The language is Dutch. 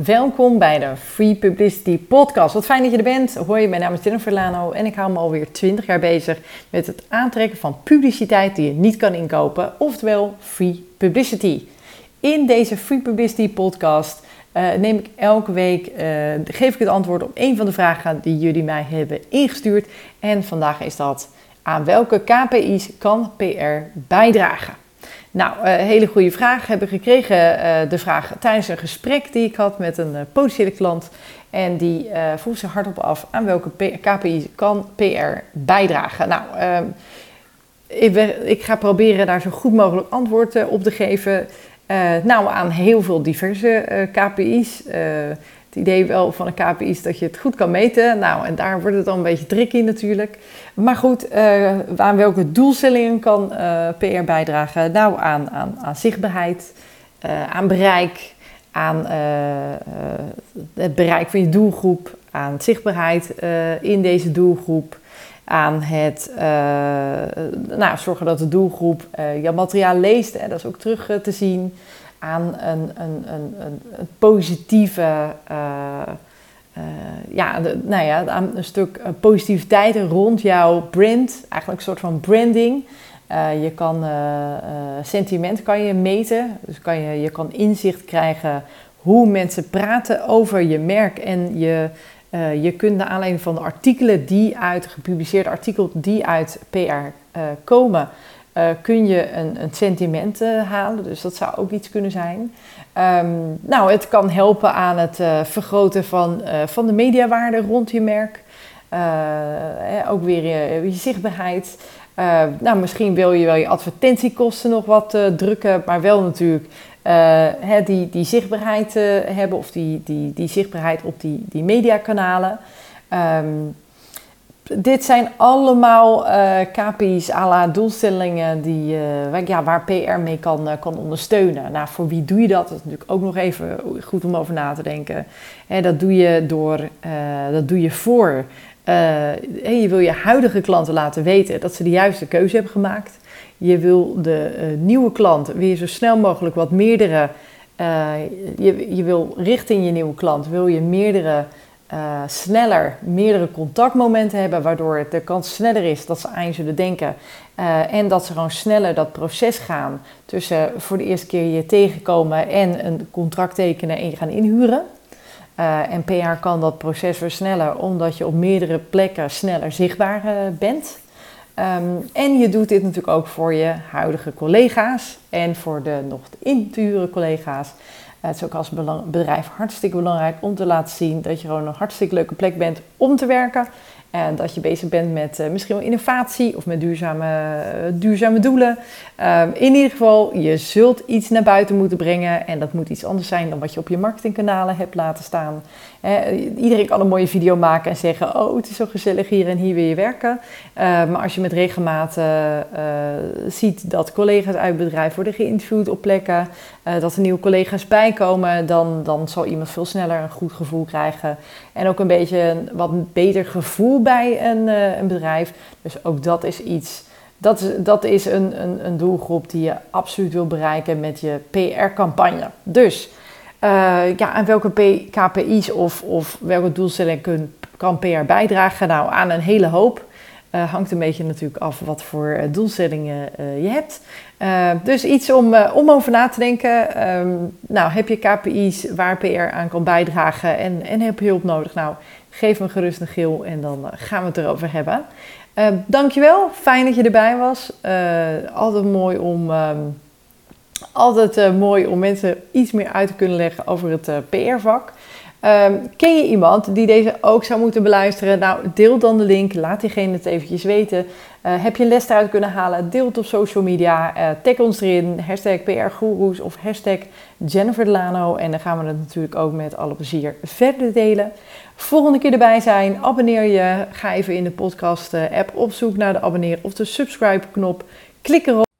Welkom bij de Free Publicity Podcast. Wat fijn dat je er bent. Hoi, mijn naam is Jennifer Lano en ik hou me alweer 20 jaar bezig met het aantrekken van publiciteit die je niet kan inkopen, oftewel Free Publicity. In deze Free Publicity Podcast neem ik elke week, geef ik het antwoord op een van de vragen die jullie mij hebben ingestuurd. En vandaag is dat: aan welke KPI's kan PR bijdragen? Nou, hele goede vraag. Heb ik gekregen, de vraag tijdens een gesprek die ik had met een potentiële klant. En die vroeg zich hardop af: aan welke KPI's kan PR bijdragen? Nou, ik ga proberen daar zo goed mogelijk antwoord op te geven. Aan heel veel diverse KPI's. Het idee wel van een KPI is dat je het goed kan meten. Nou, en daar wordt het dan een beetje tricky natuurlijk. Maar goed, aan welke doelstellingen kan PR bijdragen? Nou, aan zichtbaarheid, aan bereik, aan het bereik van je doelgroep, aan zichtbaarheid in deze doelgroep, aan het zorgen dat de doelgroep jouw materiaal leest. Dat is ook terug te zien. Aan een positieve, aan een stuk positiviteit rond jouw brand. Eigenlijk een soort van branding. Je kan sentiment kan je meten. Dus je kan inzicht krijgen hoe mensen praten over je merk. En je kunt naar aanleiding van de artikelen gepubliceerde artikelen die uit PR komen, kun je een sentiment halen. Dus dat zou ook iets kunnen zijn. Het kan helpen aan het vergroten van de mediawaarde rond je merk. Ook weer je zichtbaarheid. Misschien wil je wel je advertentiekosten nog wat drukken, maar wel natuurlijk die zichtbaarheid hebben of die zichtbaarheid op die mediakanalen. Dit zijn allemaal KPI's à la doelstellingen waar PR mee kan ondersteunen. Nou, voor wie doe je dat? Dat is natuurlijk ook nog even goed om over na te denken. Dat doe je voor. Je wil je huidige klanten laten weten dat ze de juiste keuze hebben gemaakt. Je wil de nieuwe klant weer zo snel mogelijk wat meerdere. Je wil richting je nieuwe klant wil je meerdere contactmomenten hebben, waardoor de kans sneller is dat ze aan je zullen denken. En dat ze gewoon sneller dat proces gaan tussen voor de eerste keer je tegenkomen en een contract tekenen en je gaan inhuren. En PR kan dat proces versnellen omdat je op meerdere plekken sneller zichtbaar bent. En je doet dit natuurlijk ook voor je huidige collega's en voor de nog in te huren collega's. Het is ook als bedrijf hartstikke belangrijk om te laten zien dat je gewoon een hartstikke leuke plek bent om te werken. En dat je bezig bent met misschien wel innovatie of met duurzame doelen. In ieder geval, je zult iets naar buiten moeten brengen. En dat moet iets anders zijn dan wat je op je marketingkanalen hebt laten staan. Iedereen kan een mooie video maken en zeggen: oh, het is zo gezellig hier en hier wil je werken. Maar als je met regelmaat ziet dat collega's uit het bedrijf worden geïnterviewd op plekken, dat er nieuwe collega's bijkomen, dan zal iemand veel sneller een goed gevoel krijgen. En ook een beetje een wat beter gevoel bij een bedrijf. Dus ook dat is iets. Dat is een doelgroep die je absoluut wil bereiken met je PR-campagne. Dus aan welke KPI's of welke doelstellingen kan PR bijdragen? Nou, aan een hele hoop. Hangt een beetje natuurlijk af wat voor doelstellingen je hebt. Dus iets om over na te denken. Heb je KPI's waar PR aan kan bijdragen en heb je hulp nodig? Nou, geef me gerust een geel en dan gaan we het erover hebben. Dankjewel, fijn dat je erbij was. Altijd mooi om mensen iets meer uit te kunnen leggen over het PR-vak. Ken je iemand die deze ook zou moeten beluisteren? Nou, deel dan de link. Laat diegene het eventjes weten. Heb je een les eruit kunnen halen? Deel het op social media. Tag ons erin. #PRGoeroes of #Jennifer Lano. En dan gaan we het natuurlijk ook met alle plezier verder delen. Volgende keer erbij zijn. Abonneer je. Ga even in de podcast app op zoek naar de abonneer of de subscribe knop. Klik erop.